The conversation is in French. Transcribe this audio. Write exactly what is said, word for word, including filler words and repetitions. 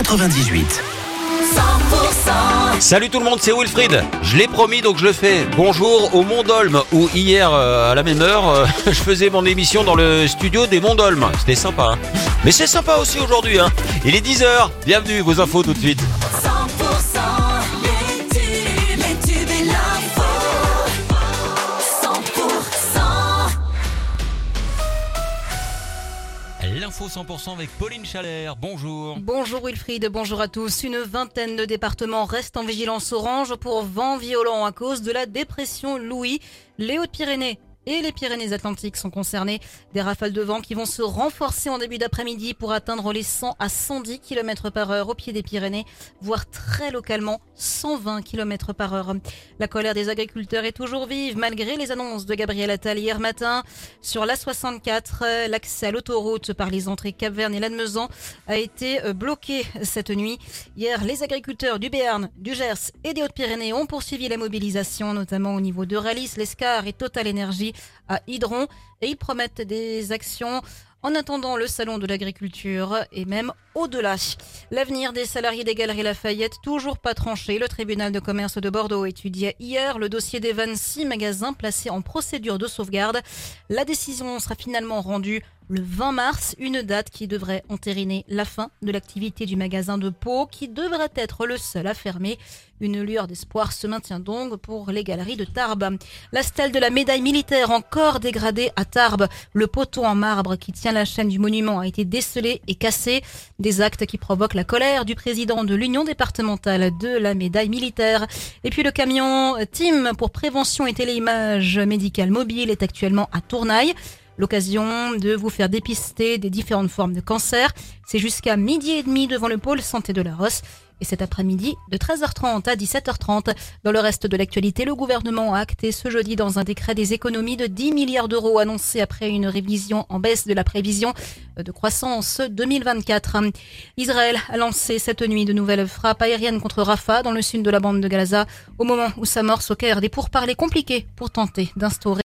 quatre-vingt-dix-huit. Salut tout le monde, c'est Wilfried. Je l'ai promis donc je le fais. Bonjour au Mont d'Olme où hier euh, à la même heure euh, je faisais mon émission dans le studio des Monts d'Olme. C'était sympa hein. Mais c'est sympa aussi aujourd'hui hein. Il est dix heures, bienvenue, vos infos tout de suite. L'info cent pour cent avec Pauline Chalère, bonjour. Bonjour Wilfried, bonjour à tous. Une vingtaine de départements restent en vigilance orange pour vent violent à cause de la dépression Louis. Les Hautes-Pyrénées et les Pyrénées-Atlantiques sont concernés. Des rafales de vent qui vont se renforcer en début d'après-midi pour atteindre les cent à cent dix kilomètres par heure au pied des Pyrénées, voire très localement cent vingt kilomètres par heure. La colère des agriculteurs est toujours vive malgré les annonces de Gabriel Attal hier matin. Sur l'A soixante-quatre, l'accès à l'autoroute par les entrées Cap-Vert et Lannemezan a été bloqué cette nuit. Hier, les agriculteurs du Béarn, du Gers et des Hautes-Pyrénées ont poursuivi la mobilisation, notamment au niveau de Ralis, l'Escar et Total Énergie à Hydron, et ils promettent des actions en attendant le salon de l'agriculture et même au-delà. L'avenir des salariés des Galeries Lafayette, toujours pas tranché. Le tribunal de commerce de Bordeaux étudiait hier le dossier des vingt-six magasins placés en procédure de sauvegarde. La décision sera finalement rendue le vingt mars, une date qui devrait entériner la fin de l'activité du magasin de Pau, qui devrait être le seul à fermer. Une lueur d'espoir se maintient donc pour les galeries de Tarbes. La stèle de la médaille militaire encore dégradée à Tarbes. Le poteau en marbre qui tient la chaîne du monument a été décelé et cassé. Des actes qui provoquent la colère du président de l'Union départementale de la médaille militaire. Et puis le camion Team pour prévention et téléimage médicale mobile est actuellement à Tournaille. L'occasion de vous faire dépister des différentes formes de cancer. C'est jusqu'à midi et demi devant le pôle santé de la Rosse. Et cet après-midi, de treize heures trente à dix-sept heures trente. Dans le reste de l'actualité, le gouvernement a acté ce jeudi dans un décret des économies de dix milliards d'euros annoncées après une révision en baisse de la prévision de croissance deux mille vingt-quatre. Israël a lancé cette nuit de nouvelles frappes aériennes contre Rafah dans le sud de la bande de Gaza, au moment où s'amorce au Caire des pourparlers compliqués pour tenter d'instaurer